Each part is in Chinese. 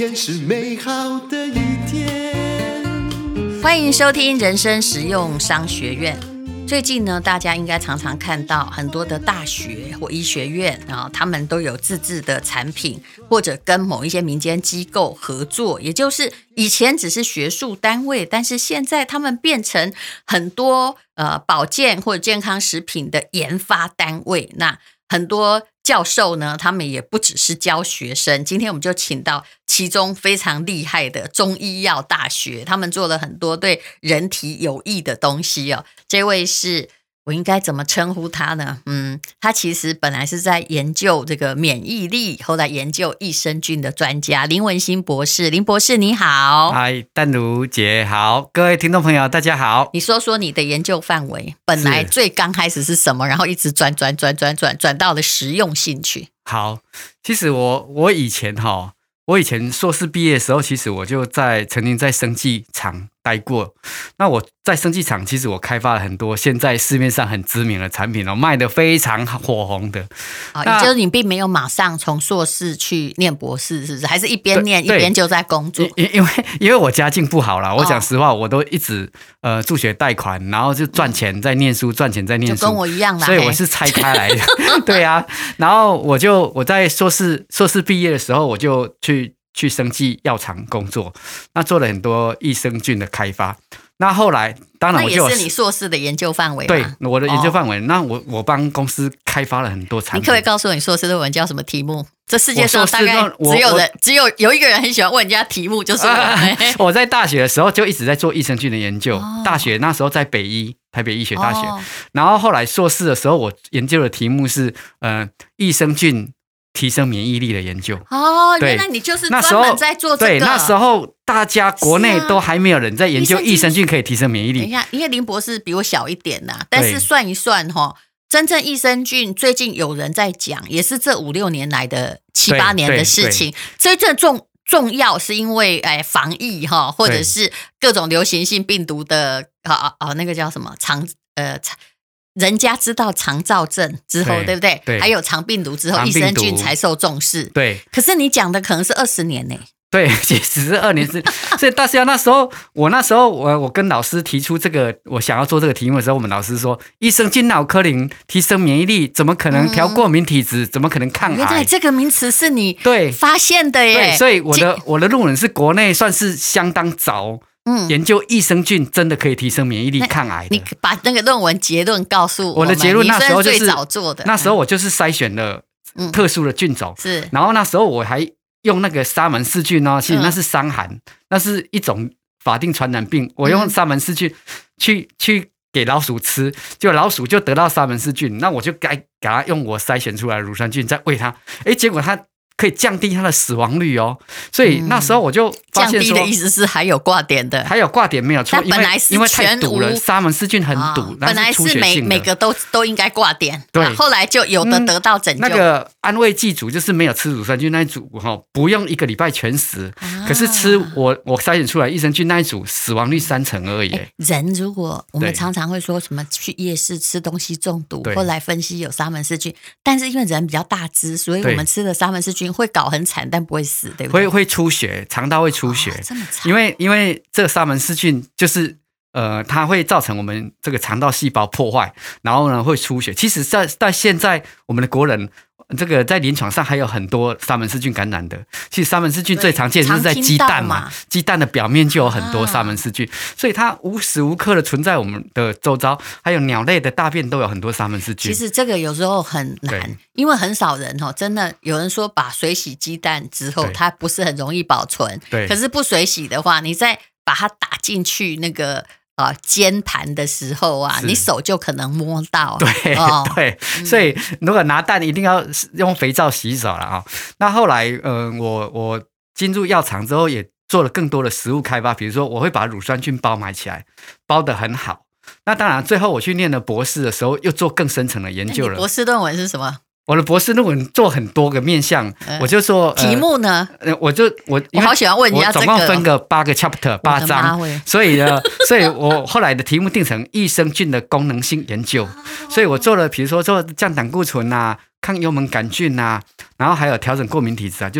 天是美好的一天。 欢迎收听人生实用商学院。最近呢，大家应该常常看到很多的大学或医学院他们都有自制的产品，或者跟某一些民间机构合作，也就是以前只是学术单位，但是现在他们变成很多保健或者健康食品的研发单位。那很多教授呢，他们也不只是教学生。今天我们就请到其中非常厉害的中医药大学，他们做了很多对人体有益的东西哦。这位是我应该怎么称呼他呢？他其实本来是在研究这个免疫力，后来研究益生菌的专家林文兴博士。林博士你好。 嗨，淡如姐好，各位听众朋友大家好。 你说说你的研究范围，本来最刚开始是什么，然后一直转到了实用性去。 好，其实我以前硕士毕业的时候，其实我就曾经在生技厂待过。那我在生技厂，其实我开发了很多现在市面上很知名的产品卖得非常火红的。 也就是你并没有马上从硕士去念博士，是不是？还是一边念一边就在工作？ 因为我家境不好啦，我讲实话，我都一直助学贷款，然后就赚钱在念书，赚钱在念书， 就跟我一样啦。 所以我是拆开来的，对啊。然后我在硕士毕业的时候，我就去生技药厂工作，那做了很多益生菌的开发。那后来当然我就那也是你硕士的研究范围吗？ 对，我的研究范围。那我帮公司开发了很多产品。 你可不可以告诉我你硕士论文叫什么题目？这世界上大概只有一个人很喜欢问人家题目，就是我。 我在大学的时候就一直在做益生菌的研究。大学那时候在台北医学大学。然后后来硕士的时候，我研究的题目是益生菌提升免疫力的研究。 原来你就是专门在做这个。 对，那时候大家国内都还没有人在研究益生菌可以提升免疫力。 等一下，因为林博士比我小一点呐，但是算一算真正益生菌最近有人在讲，也是这5-6年来的7、8年的事情。所以这重要是因为防疫或者是各种流行性病毒的那个叫什么人家知道肠燥症之后，对不对？ 对， 还有肠病毒之后，益生菌才受重视。 对， 可是你讲的可能是20年呢。 对，其实是2年是，所以大家我跟老师提出这个我想要做这个题目的时候，我们老师说益生菌脑科林提升免疫力，怎么可能调过敏体质？怎么可能抗癌？ 原来这个名词是你发现的耶。 对，所以我的论文是国内算是相当早。研究益生菌真的可以提升免疫力、抗癌的。 你把那个论文结论告诉我们。 我的结论那时候就是最早做的。 那时候我就是筛选了特殊的菌种， 是。 然后那时候我还用那个沙门氏菌其实那是伤寒，那是一种法定传染病。我用沙门氏菌去给老鼠吃，就老鼠就得到沙门氏菌，那我就该给它用我筛选出来的乳酸菌再喂它，结果它可以降低它的死亡率所以那时候我就发现说， 降低的意思是还有挂点的， 还有挂点没有错，因为太毒了，沙门氏菌很毒， 本来是每个都应该挂点，对，后来就有的得到拯救。 那个安慰剂组就是没有吃乳酸菌那一组不用1个礼拜全食，可是吃我筛选出来益生菌那一组死亡率3%而已。 人如果我们常常会说什么去夜市吃东西中毒，后来分析有沙门氏菌，但是因为人比较大只，所以我们吃的沙门氏菌会搞很惨，但不会死，对不对？ 会出血，肠道会出血， 这么惨。 因为这个沙门氏菌就是它会造成我们这个肠道细胞破坏，然后呢会出血。其实在现在我们的国人这个在临床上还有很多沙门氏菌感染的。其实沙门氏菌最常见就是在鸡蛋嘛，鸡蛋的表面就有很多沙门氏菌，所以它无时无刻的存在我们的周遭，还有鸟类的大便都有很多沙门氏菌。 其实这个有时候很难，因为很少人真的有人说把水洗鸡蛋之后，它不是很容易保存。对，可是不水洗的话，你再把它打进去那个煎盘的时候你手就可能摸到。 对，所以如果拿蛋一定要用肥皂洗手了那后来我进入药厂之后，也做了更多的食物开发，比如说我会把乳酸菌包买起来，包得很好。那当然最后我去念了博士的时候，又做更深层的研究了。 你博士论文是什么？ 我的博士论文做很多个面向，我就说题目呢， 我好喜欢问人家这个， 我总共分个8个 chapter 8章，所以我后来的题目定成益生菌的功能性研究，所以我做了比如说做降胆固醇抗幽门杆菌然后还有调整过敏体质就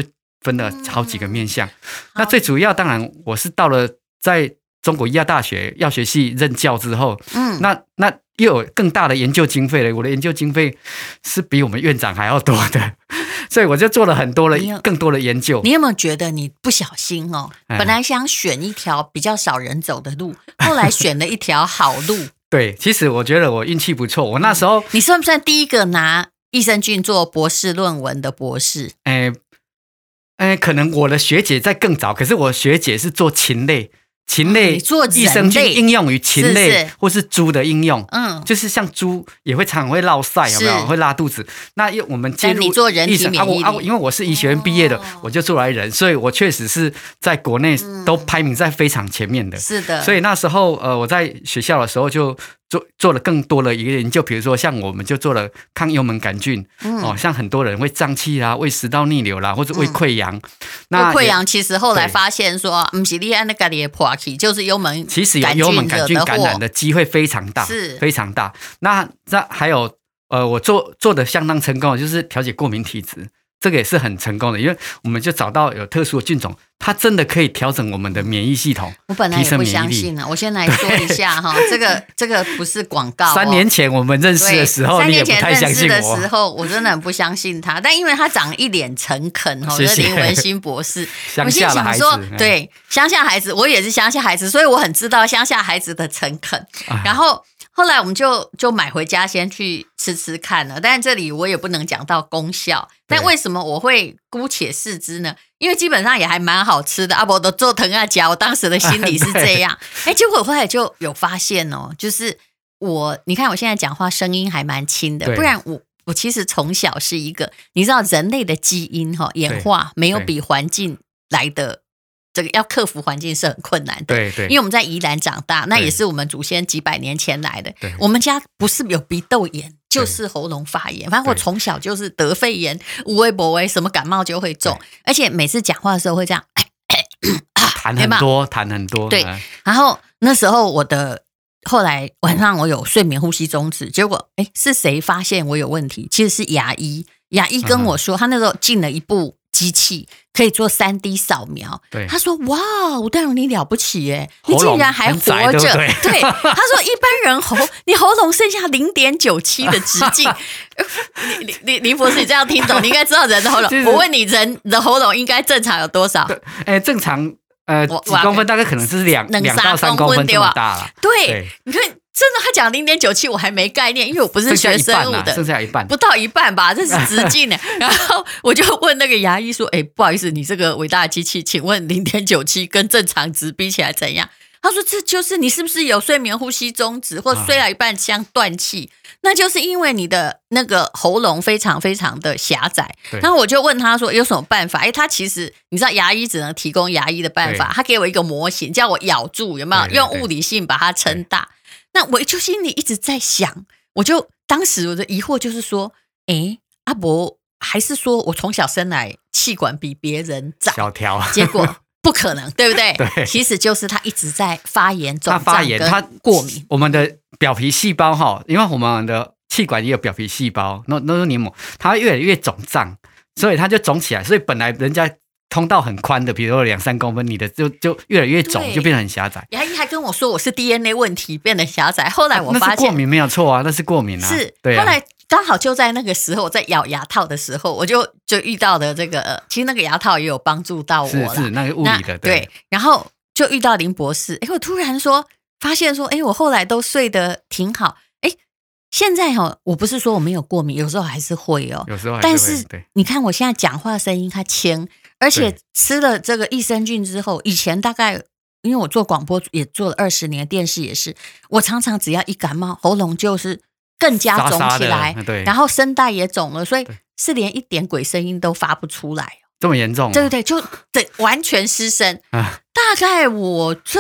分了好几个面向。那最主要当然我是到了在中国医药大学药学系任教之后，那又有更大的研究经费了。我的研究经费是比我们院长还要多的，所以我就做了很多更多的研究。 你有没有觉得你不小心本来想选一条比较少人走的路，后来选了一条好路？ 对，其实我觉得我运气不错。我那时候， 你算不算第一个拿益生菌做博士论文的博士？ 可能我的学姐在更早，可是我学姐是做禽类益生菌应用于禽类或是猪的应用，就是像猪也会常常会落晒，有没有会拉肚子？那我们介入你做人体免疫力因为我是医学院毕业的，我就做来人，所以我确实是在国内都排名在非常前面的。 是的， 所以那时候我在学校的时候就做了更多的一个研究，比如说像我们就做了抗幽门杆菌，像很多人会胀气啦、胃食道逆流啦，或者胃溃疡。 那胃溃疡其实后来发现说，不是你按那个的破气，就是幽门， 其实有幽门杆菌感染的机会非常大， 是非常大。那还有我做的相当成功的就是调节过敏体质。这个也是很成功的，因为我们就找到有特殊的菌种，它真的可以调整我们的免疫系统， 我本来也不相信啊，我先来说一下哈，这个不是广告。 3年前我们认识的时候，你也不太相信我。3年前认识的时候，我真的很不相信他，但因为他长一脸诚恳哈，这林文馨博士， 乡下的孩子， 对乡下孩子，我也是乡下孩子，所以我很知道乡下孩子的诚恳。然后来我们就买回家先去吃看了，但这里我也不能讲到功效。但为什么我会姑且视之呢？因为基本上也还蛮好吃的，我都做藤啊夹，我当时的心理是这样。结果我后来就有发现就是你看我现在讲话声音还蛮轻的，不然我其实从小是一个，你知道人类的基因演化没有比环境来的。这个要克服环境是很困难的， 对， 因为我们在宜兰长大，那也是我们祖先几百年前来的。我们家不是有鼻窦炎，就是喉咙发炎。反正我从小就是得肺炎，无微不微，什么感冒就会中，而且每次讲话的时候会这样， 痰很多。 对，然后那时候后来晚上我有睡眠呼吸中止，结果是谁发现我有问题？其实是牙医跟我说，他那时候进了一部机器可以做3D 扫描，他说哇，吴淡如你了不起耶，你竟然还活着。对，他说一般人你喉咙剩下0.97的直径。林博士你这样听懂，你应该知道人的喉咙。我问你，人的喉咙应该正常有多少？ 正常几公分，大概可能是2到3公分这么大了。 对，你看。真的，他讲0.97，我还没概念，因为我不是学生物的， 剩下一半， 不到一半吧，这是直径呢。然后我就问那个牙医说：“不好意思，你这个伟大的机器，请问0.97跟正常值比起来怎样？”他说：“这就是你是不是有睡眠呼吸中止，或睡到一半像断气？那就是因为你的那个喉咙非常非常的狭窄。”然后我就问他说：“有什么办法？”他其实你知道，牙医只能提供牙医的办法，他给我一个模型，叫我咬住，有没有用物理性把它撑大？那我就心里一直在想，当时我的疑惑就是说，阿伯还是说我从小生来气管比别人早， 小条， 结果不可能，对不对？ 对， 其实就是他一直在发炎、肿胀跟过敏。 我们的表皮细胞因为我们的气管也有表皮细胞，那是黏膜，它会越来越肿胀，所以它就肿起来。所以本来人家通道很宽的，比如说2-3公分，你的就越来越肿，就变得很狭窄。 牙医还跟我说我是 DNA 问题变得狭窄，后来我发现那是过敏没有错啊，那是过敏啊。 是， 对啊。 后来刚好就在那个时候，我在咬牙套的时候，我就遇到的这个，其实那个牙套也有帮助到我啦， 是那个物理的， 对。然后就遇到林博士，我突然发现说，我后来都睡得挺好。现在我不是说我没有过敏，有时候还是会有时候还是会， 但是你看我现在讲话声音它轻，而且吃了这个益生菌之后，以前大概因为我做广播也做了20年，电视也是，我常常只要一感冒，喉咙就是更加肿起来， 沙沙的， 然后声带也肿了，所以是连一点鬼声音都发不出来， 这么严重？ 对，就完全失声。大概我这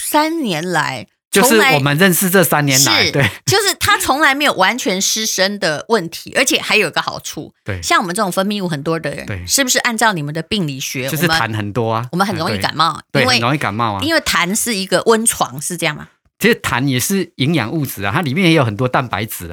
3年来。 就是我们认识这3年来，对， 就是他从来没有完全失声的问题，而且还有一个好处， 对， 像我们这种分泌物很多的人， 对， 是不是按照你们的病理学， 就是痰很多啊， 我们很容易感冒， 对，很容易感冒啊， 因为痰是一个温床，是这样吗？ 其实痰也是营养物质啊，它里面也有很多蛋白质啊，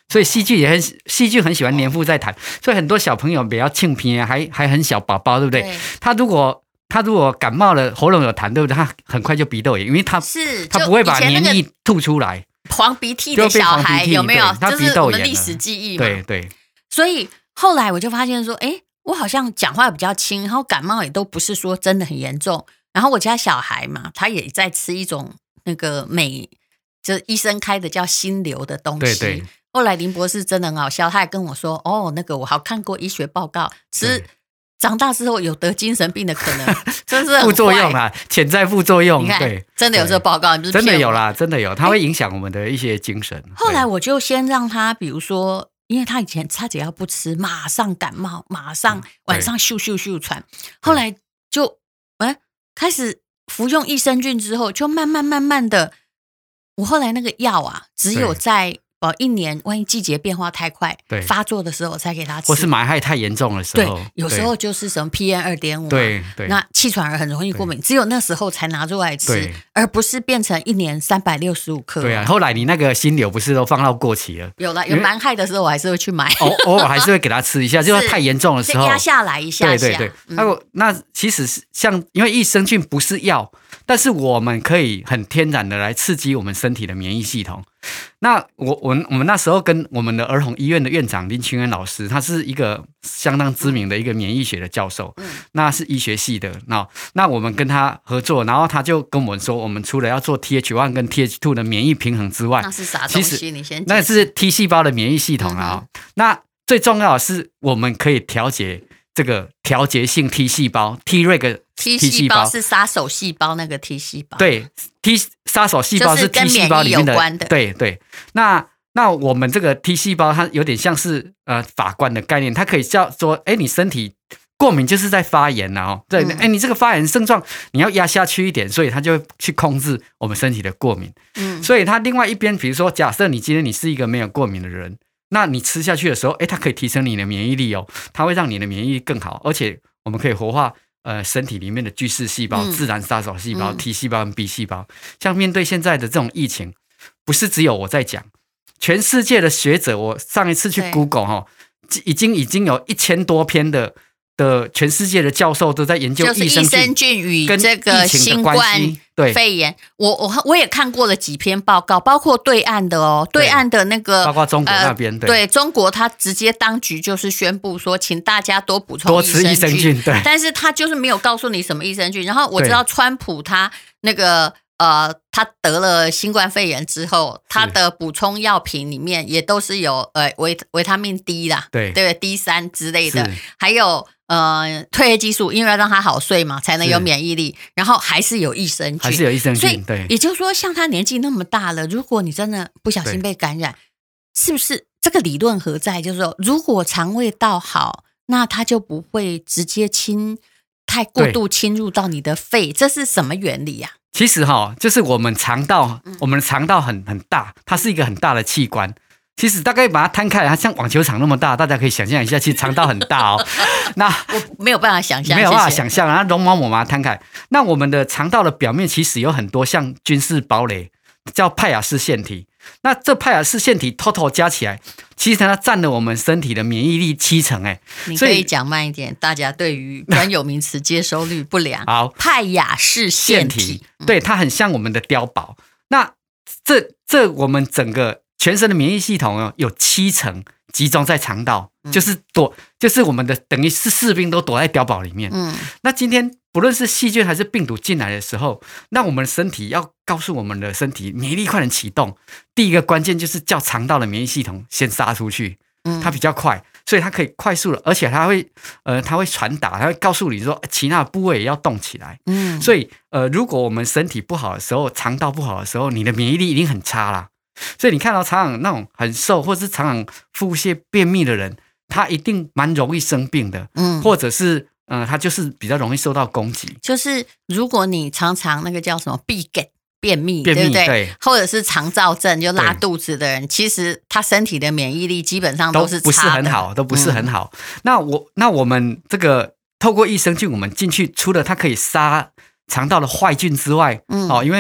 所以细菌很喜欢黏附在痰，所以很多小朋友比较轻皮还很小宝宝，对不对？ 对， 他如果感冒了，喉咙有痰，对不对？他很快就鼻窦炎，因为他不会把黏液吐出来。 黄鼻涕的小孩有没有？ 他鼻窦炎了， 这是我们历史记忆嘛。 对对。 所以后来我就发现说，哎，我好像讲话比较轻，然后感冒也都不是说真的很严重。然后我家小孩嘛，他也在吃一种那个就是医生开的叫心流的东西。 对对。 后来林博士真的很好笑，他还跟我说：“哦，那个我好看过医学报告，吃长大之后有得精神病的可能，这是副作用啊，潜在副作用。” 你看， 对， 真的有这个报告，你不是真的有啦，真的有，它会影响我们的一些精神。 后来我就先让他，比如说，因为他以前他只要不吃，马上感冒，马上晚上咻咻咻喘。后来就开始服用益生菌之后，就慢慢的，我后来那个药啊，只有在1年，万一季节变化太快，发作的时候才给他吃， 或是霾害太严重的时候， 对，有时候就是什么 PM2.5， 对， 那气喘儿很容易过敏，只有那时候才拿出来吃，而不是变成1年365克。 对啊，后来你那个心流不是都放到过期了？ 有蛮害的时候，我还是会去买， 偶尔还是会给他吃一下，就是太严重的时候压下来一下。 对。那其实像因为益生菌不是药，但是我们可以很天然的来刺激我们身体的免疫系统。那我们那时候跟我们的儿童医院的院长林清渊老师，他是一个相当知名的一个免疫学的教授，那是医学系的。那我们跟他合作，然后他就跟我们说，我们除了要做 TH1 跟 TH2 的免疫平衡之外， 那是啥东西？你先那是 T 细胞的免疫系统啊。那最重要的是，我们可以调节这个调节性 T 细胞 Treg T 细胞是杀手细胞，那个 T 细胞。 对 ，T 杀手细胞是 T 细胞里面的。对。那我们这个 T 细胞，它有点像是法官的概念，它可以叫说，你身体过敏就是在发炎了对，你这个发炎症状你要压下去一点，所以它就会去控制我们身体的过敏。所以它另外一边，比如说，假设今天你是一个没有过敏的人，那你吃下去的时候，它可以提升你的免疫力它会让你的免疫力更好，而且我们可以活化身体里面的巨噬细胞、自然杀手细胞、T 细胞跟 B 细胞。像面对现在的这种疫情，不是只有我在讲，全世界的学者，我上一次去 Google 已经有1000多篇的全世界的教授都在研究益生菌与这个新冠肺炎。我也看过了几篇报告，包括对岸的对岸的那个， 包括中国那边对中国，他直接当局就是宣布说，请大家多补充多吃益生菌，对， 但是他就是没有告诉你什么益生菌。然后我知道川普他那个他得了新冠肺炎之后，他的补充药品里面也都是有维他命 D 啦，对 D3 之类的，还有褪黑激素，因为要让他好睡嘛，才能有免疫力。然后还是有益生菌，所以对，也就是说，像他年纪那么大了，如果你真的不小心被感染，是不是这个理论何在？就是说，如果肠胃道好，那他就不会直接太过度侵入到你的肺，这是什么原理啊？ 其实就是我们肠道，我们的肠道很大，它是一个很大的器官。其实大概把它摊开来，它像网球场那么大，大家可以想象一下，其实肠道很大那我没有办法想象， 没有办法想象，然后绒毛把它摊开。那我们的肠道的表面其实有很多像军事堡垒，叫派雅氏腺体。那这派雅氏腺体 total 加起来，其实它占了我们身体的免疫力70%。 你可以讲慢一点，大家对于专有名词接收率不良。 好， 派雅氏腺体， 对，它很像我们的碉堡。那这我们整个全身的免疫系统有70%集中在肠道，就是我们的等于是士兵都躲在碉堡里面。那今天不论是细菌还是病毒进来的时候，那我们身体要告诉我们的身体免疫力快点启动，第一个关键就是叫肠道的免疫系统先杀出去，它比较快，所以它可以快速的，而且它会传达，它会告诉你说其他的部位也要动起来。所以如果我们身体不好的时候，肠道不好的时候，你的免疫力一定很差啦。所以你看到常常那种很瘦或是常常腹泻便秘的人，他一定蛮容易生病的，或者是他就是比较容易受到攻击。 就是如果你常常那个叫什么便秘，对不对？ 对， 或者是肠燥症就拉肚子的人，其实他身体的免疫力基本上都是差的， 不是很好，都不是很好。那我们这个透过益生菌，我们进去，除了它可以杀肠道的坏菌之外，因为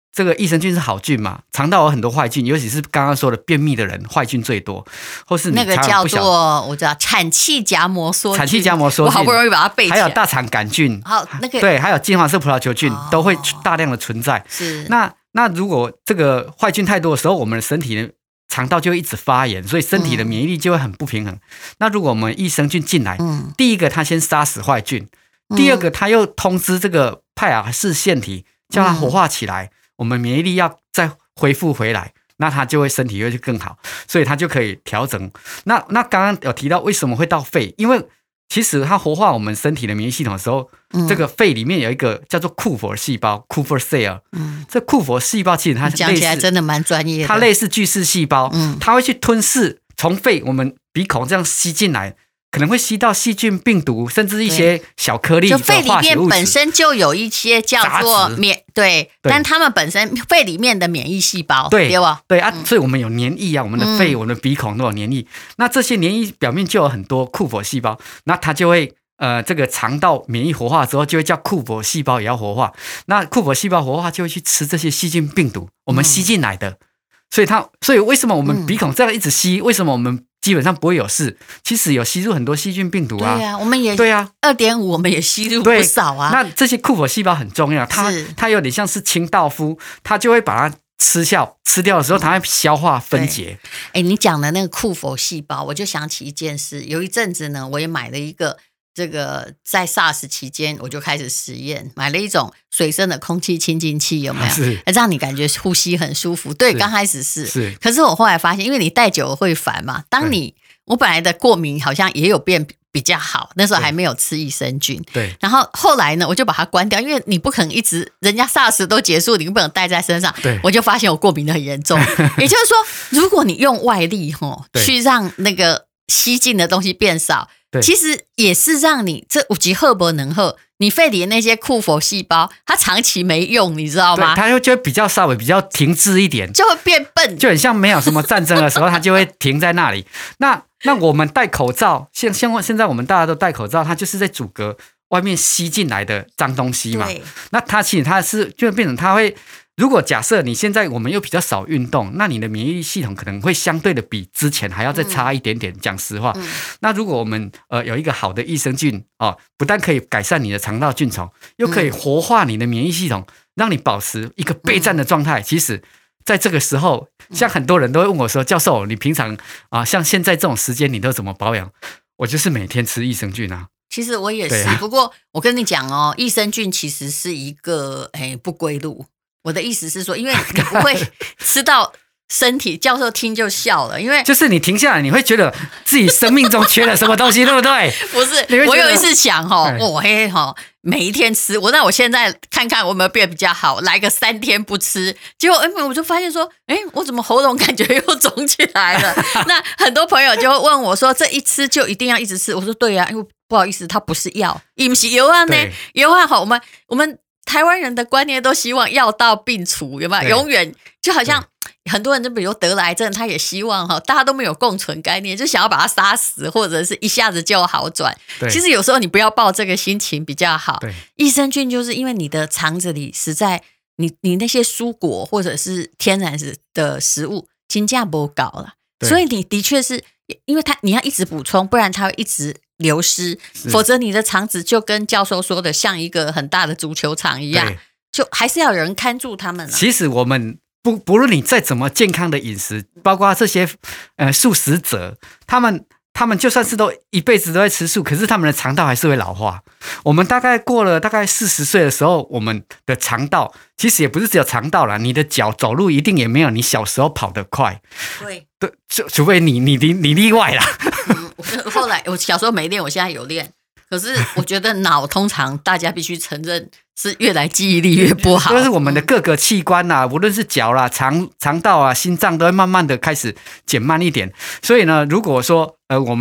这个益生菌是好菌嘛，肠道有很多坏菌，尤其是刚刚说的便秘的人，坏菌最多，或是你那个叫做我知道产气荚膜梭菌， 产气荚膜梭菌， 我好不容易把它背起来， 还有大肠杆菌， 好那个对，还有金黄色葡萄球菌、都会大量的存在。 是那如果这个坏菌太多的时候，我们的身体呢肠道就会一直发炎，所以身体的免疫力就会很不平衡。那如果我们益生菌进来，第一个它先杀死坏菌，第二个它又通知这个派尔氏腺体，叫它活化起来，我们免疫力要再恢复回来，那它就会身体会更好，所以它就可以调整。那刚刚有提到为什么会到肺，因为其实它活化我们身体的免疫系统的时候，这个肺里面有一个叫做库弗细胞 （Kupffer cell）。这库弗细胞其实它讲起来真的蛮专业的， 它类似巨噬细胞，它会去吞噬从肺我们鼻孔这样吸进来，可能会吸到细菌、病毒，甚至一些小颗粒的化学物质。 就肺里面本身就有一些叫做但他们本身肺里面的免疫细胞，对吧？ 对啊，所以我们有黏液啊，我们的肺、我们的鼻孔都有黏液。那这些黏液表面就有很多库弗细胞，那它就会这个肠道免疫活化之后，就会叫库弗细胞也要活化。那库弗细胞活化就会去吃这些细菌、病毒，我们吸进来的。所以为什么我们鼻孔这样一直吸？为什么我们基本上不会有事？其实有吸入很多细菌、病毒啊。 对啊，我们也2.5，我们也吸入不少啊。 那这些库弗细胞很重要，它有点像是清道夫，它就会把它吃掉的时候，它会消化分解。 你讲的那个库弗细胞，我就想起一件事。有一阵子呢，我也买了一个。这个在 SARS 期间，我就开始实验，买了一种水生的空气清净器，有没有？让你感觉呼吸很舒服。对，刚开始是，可是我后来发现，因为你戴久了会烦嘛。我本来的过敏好像也有变比较好，那时候还没有吃益生菌。 对。 然后后来呢，我就把它关掉，因为你不可能一直，人家 SARS 都结束，你不能带在身上。 对。 我就发现我过敏的很严重。也就是说，如果你用外力去让那个吸进的东西变少。其实也是让你这5级赫伯能喝，你肺里的那些库弗细胞，它长期没用，你知道吗？ 它就会稍微比较停滞一点， 就会变笨， 就很像没有什么战争的时候，它就会停在那里。那我们戴口罩，现在我们大家都戴口罩，它就是在阻隔外面吸进来的脏东西嘛。那它其实就变成它会。如果假设你现在我们又比较少运动，那你的免疫系统可能会相对的比之前还要再差一点点。讲实话，那如果我们有一个好的益生菌不但可以改善你的肠道菌丛，又可以活化你的免疫系统，让你保持一个备战的状态。其实，在这个时候，像很多人都会问我说：“教授，你平常像现在这种时间，你都怎么保养？”我就是每天吃益生菌啊。 其实我也是，不过我跟你讲益生菌其实是一个不归路。我的意思是说，因为你不会吃到身体，教授听就笑了，因为就是你停下来，你会觉得自己生命中缺了什么东西，对不对？ 不是，我有一次想每一天吃，那我现在看看我有没有变比较好，来个3天不吃，结果我就发现说，我怎么喉咙感觉又肿起来了？那很多朋友就会问我说，这一吃就一定要一直吃？我说对啊，因为不好意思，它不是药，不是药啊呢，药啊好，我们。台湾人的观念都希望药到病除，有没有？永远就好像很多人，就比如得了癌症，他也希望大家都没有共存概念，就想要把它杀死，或者是一下子就好转。其实有时候你不要抱这个心情比较好。益生菌就是因为你的肠子里实在你那些蔬果或者是天然的食物金价不高了，所以你的确是因为你要一直补充，不然它会一直流失，否则你的肠子就跟教授说的像一个很大的足球场一样，就还是要有人看住他们。 其实我们不论你再怎么健康的饮食，包括这些素食者，他们就算是都一辈子都在吃素，可是他们的肠道还是会老化。我们大概过了大概40岁的时候，我们的肠道其实也不是只有肠道啦，你的脚走路一定也没有你小时候跑得快。对，除非你例外啦。 后来我小时候没练，我现在有练。可是我觉得脑通常大家必须承认是越来记忆力越不好， 就是我们的各个器官啊，无论是脚啦、肠道啊、心脏都会慢慢的开始减慢一点。所以呢，如果说我们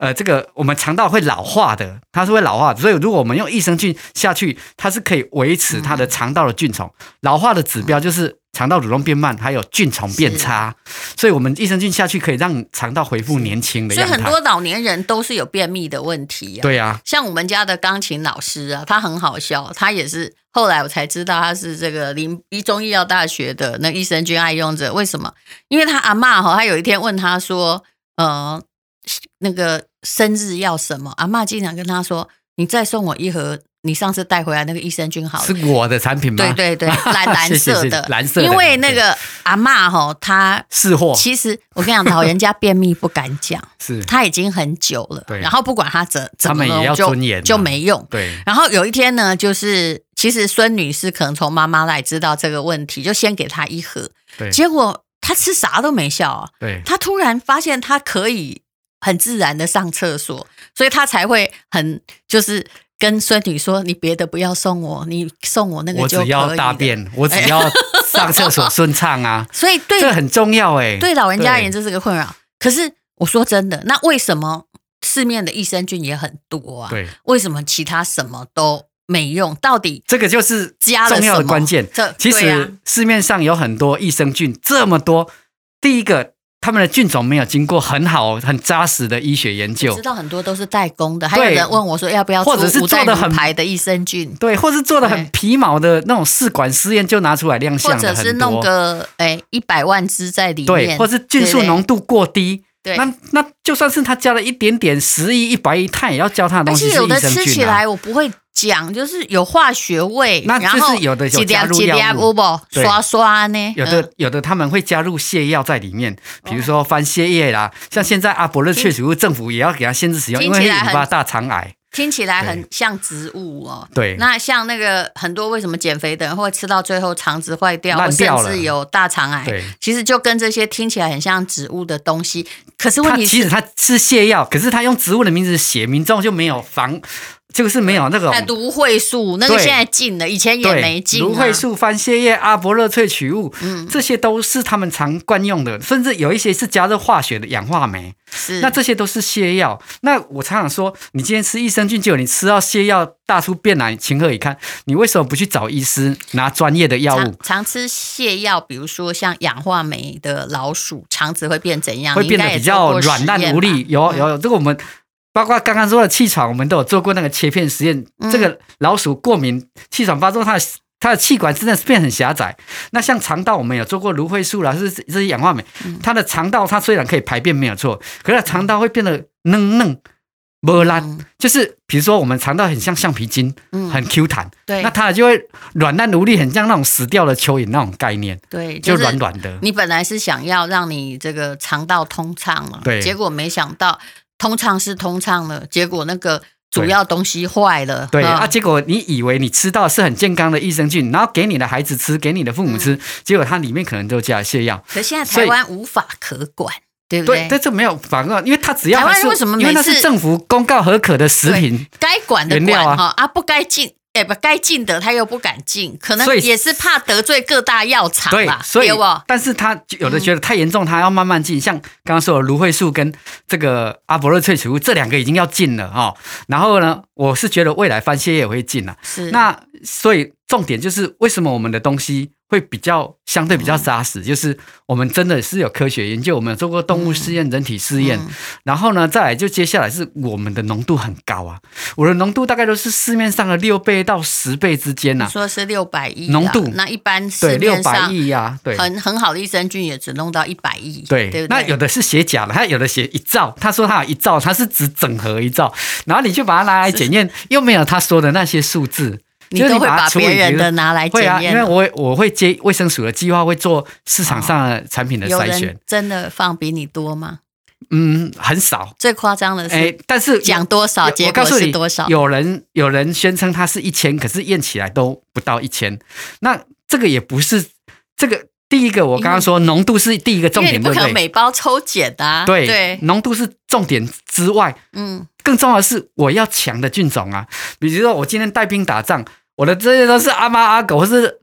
这个我们肠道会老化的，它是会老化的，所以如果我们用益生菌下去，它是可以维持它的肠道的菌丛。老化的指标就是肠道蠕动变慢，还有菌丛变差，所以我们益生菌下去可以让肠道恢复年轻的样态。 所以很多老年人都是有便秘的问题啊。 对啊， 像我们家的钢琴老师啊，他很好笑，他也是后来我才知道他是这个中医药大学的那益生菌爱用者。为什么？因为他阿嬷他有一天问他说，那个生日要什么？阿嬷经常跟他说：“你再送我一盒你上次带回来那个益生菌好了。” 是我的产品吗？ 对对对，蓝色的， 蓝色的。 因为那个阿嬷她是货。 其实我跟你讲，老人家便秘不敢讲， 是他已经很久了。 对。 然后不管他怎么弄，也要尊严就没用。 对。 然后有一天呢，就是其实孙女士可能从妈妈来知道这个问题，就先给她一盒。 对。 结果她吃啥都没效啊。 对。 她突然发现她可以很自然的上厕所，所以她才会就是跟孙女说：“你别的不要送我，你送我那个就可以。”我只要大便，我只要上厕所顺畅啊。 所以这很重要哎， 对老人家而言这是个困扰。可是我说真的，那为什么市面的益生菌也很多啊？ 对， 为什么其他什么都没用？到底这个就是加了重要的关键。其实市面上有很多益生菌，这么多，第一个。他们的菌种没有经过很好、很扎实的医学研究， 我知道很多都是代工的。还有人问我说，要不要做五代乳牌的益生菌？ 对，或是做的很皮毛的那种试管试验就拿出来亮相的很多， 或者是弄个100万支在里面， 对，或是菌素浓度过低。 对， 那就算是他加了一点点10亿、100亿，他也要教他的东西是益生菌。 而且有的吃起来我不会讲，就是有化学味， 那就是有的有加入药物， 刷呢。 有的他们会加入泻药在里面，比如说番泻叶啦，像现在阿伯乐萃取物政府也要给他限制使用，因为会引发大肠癌。 听起来很像植物哦。 对， 那像那个很多为什么减肥的人会吃到最后肠子坏掉，或甚至有大肠癌，其实就跟这些听起来很像植物的东西。可是问题是， 其实它是泻药，可是它用植物的名字写，民众就没有防。就是没有那个芦荟素，那个现在禁了，以前也没禁。 芦荟素、番泻叶、阿伯乐萃取物，这些都是他们常惯用的，甚至有一些是加入化学的氧化酶。那这些都是泻药。那我常常说，你今天吃益生菌，结果你吃到泻药大出便来，情何以堪？你为什么不去找医师拿专业的药物？ 常吃泻药，比如说像氧化酶的老鼠，肠子会变怎样？ 会变得比较软烂无力。有这个我们。包括刚刚说的气喘，我们都有做过那个切片实验。这个老鼠过敏、气喘发作，它的气管真的是变很狭窄。那像肠道，我们有做过芦荟素啦，这些氧化酶，它的肠道它虽然可以排便没有错，可是它肠道会变得嫩没烂，就是比如说我们肠道很像橡皮筋，很 Q 弹， 对， 那它就会软烂无力，很像那种死掉的蚯蚓那种概念， 对， 就软软的。 你本来是想要让你这个肠道通畅了， 对， 结果没想到。通畅是通畅了，结果那个主要东西坏了。 对结果你以为你吃到是很健康的益生菌，然后给你的孩子吃，给你的父母吃，结果它里面可能都加了泻药。 可是现在台湾无法可管，对不对？ 对，这没有法管，因为它只要台湾为什么因为那是政府公告核可的食品， 该管的管不该禁。不该禁的他又不敢禁，可能也是怕得罪各大药厂吧。 对，所以但是他有的觉得太严重，他要慢慢禁。像刚刚说的芦荟素跟这个阿伯乐萃取物，这两个已经要禁了然后呢，我是觉得未来番泻叶也会禁了。 是， 那所以重点就是为什么我们的东西会相对比较扎实，就是我们真的是有科学研究，我们有做过动物试验、人体试验，然后呢，再来就接下来是我们的浓度很高啊，我的浓度大概都是市面上的6倍到10倍之间啊。 你说是600亿浓度， 那一般市面上 600亿啊，对， 很好的益生菌也只弄到100亿， 对对不对？ 那有的是写假的，他有的写1兆，他说他有1兆，他是指整合1兆，然后你就把它拿来检验，又没有他说的那些数字。 你都会把别人的拿来检验？ 会啊，因为我会接卫生署的计划，会做市场上的产品的筛选。 有人真的放比你多吗？ 很少。 最夸张的是， 但是讲多少，结果是多少。 有人宣称它是1000，可是验起来都不到1000。那这个也不是这个。第一个，我刚刚说浓度是第一个重点， 因为你不可能每包抽检啊。 对，浓度是重点之外，更重要的是我要强的菌种啊。比如说我今天带兵打仗，我的这些都是阿猫阿狗或是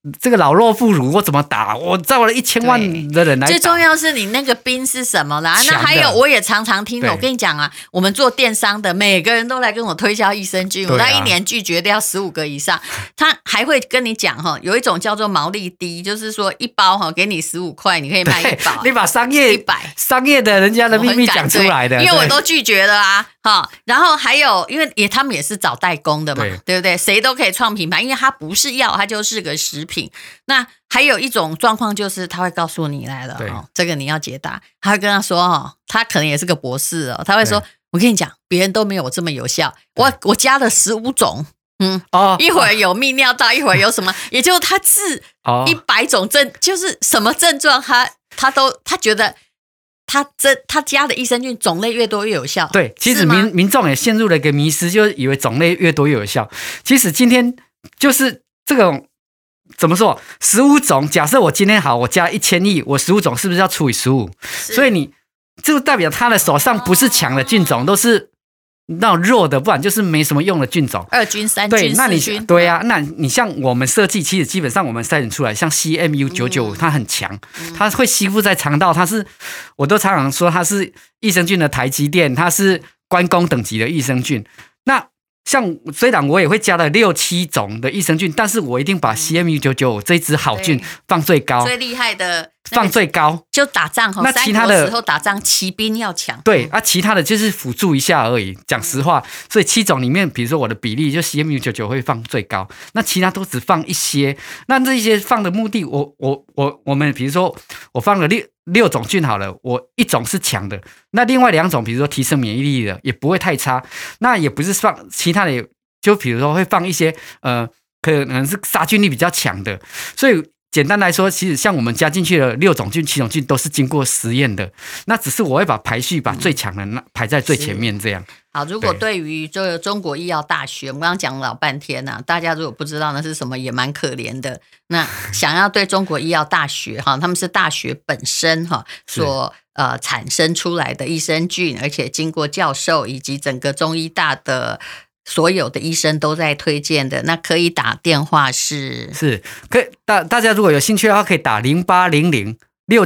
这个老弱妇孺我怎么打？我招了1000万的人来打。 最重要是你那个兵是什么啦？那还有我也常常听，我跟你讲啊，我们做电商的每个人都来跟我推销益生菌，我在1年拒绝掉15个以上。他还会跟你讲哈，有一种叫做毛利低，就是说一包哈给你15块，你可以卖1包。 你把商业的人家的秘密讲出来的， 因为我都拒绝了啊。哈，然后还有，因为他们也是找代工的嘛，对不对？谁都可以创品牌，因为它不是药，它就是个食品。那还有一种状况就是他会告诉你来了，这个你要解答。他会跟他说他可能也是个博士哦，他会说，我跟你讲，别人都没有我这么有效，我加了15种。一会儿有泌尿道，一会儿有什么，也就是他治100种症，就是什么症状他觉得他加的益生菌种类越多越有效。 对，其实民众也陷入了一个迷思，就以为种类越多越有效。其实今天就是这种怎么说，15种，假设我今天好，我加1000亿，我15种是不是要除以15？所以你就代表他的手上不是强的菌种，都是那种弱的，不然就是没什么用的菌种 ，2菌、3菌、4菌。 对啊，那你像我们设计，其实基本上我们筛选出来，像 CMU995，它很强，它会吸附在肠道，我都常常说它是益生菌的台积电，它是关公等级的益生菌。那像虽然我也会加了6、7种的益生菌，但是我一定把 CMU995 这一支好菌放最高， 最厉害的放最高， 就打仗那其他的时候打仗骑兵要强， 对啊，其他的就是辅助一下而已。讲实话，所以7种里面，比如说我的比例就 CMU99 会放最高，那其他都只放一些。那这些放的目的，我们比如说我放了6种菌好了，我1种是强的，那另外2种比如说提升免疫力的也不会太差，那也不是放其他的也，就比如说会放一些可能是杀菌力比较强的，所以。简单来说，其实像我们加进去的6种菌、7种菌都是经过实验的，那只是我会把排序把最强的排在最前面这样。 好，如果对于这个中国医药大学，我们刚刚讲了老半天啊，大家如果不知道那是什么，也蛮可怜的。那想要对中国医药大学哈，他们是大学本身哈所产生出来的益生菌，而且经过教授以及整个中医大的。所有的医生都在推荐的，那可以打电话是可以大家如果有兴趣的话，可以打0800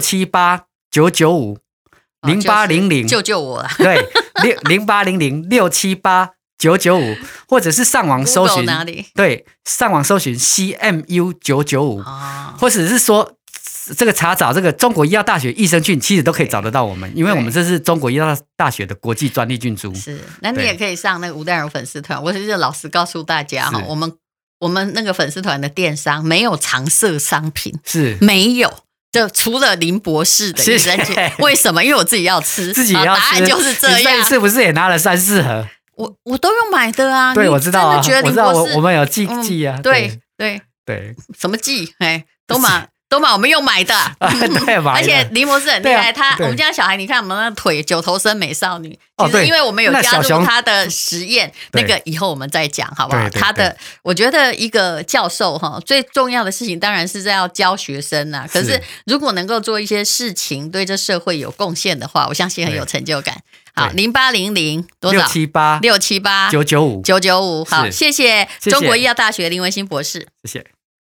678 995 0800 救救我了， 对0800 678 995，或者是上网搜寻哪里？ 对，上网搜寻 CMU995，或者是说。这个查找这个中国医药大学益生菌，其实都可以找得到我们，因为我们这是中国医药大学的国际专利菌株。 是，那你也可以上那个吴淡如粉丝团。我是老实告诉大家哈，我们那个粉丝团的电商没有常设商品， 是没有。就除了林博士的益生菌，为什么？因为我自己要吃， 答案就是这样。 你上一次不是也拿了3-4盒？ 我都用买的啊。 对，我知道啊， 我知道我们有寄啊。 对，什么寄？都嘛，我们用买的， 对， 而且林博士很厉害，我们家小孩，你看我们那腿9头身美少女，其实因为我们有加入他的实验，那个以后我们再讲好不好？他的，我觉得一个教授哈，最重要的事情当然是要教学生啊。可是如果能够做一些事情，对这社会有贡献的话，我相信很有成就感。好，0800多少 ？678 995 995。 好，谢谢中国医药大学林文馨博士， 谢谢。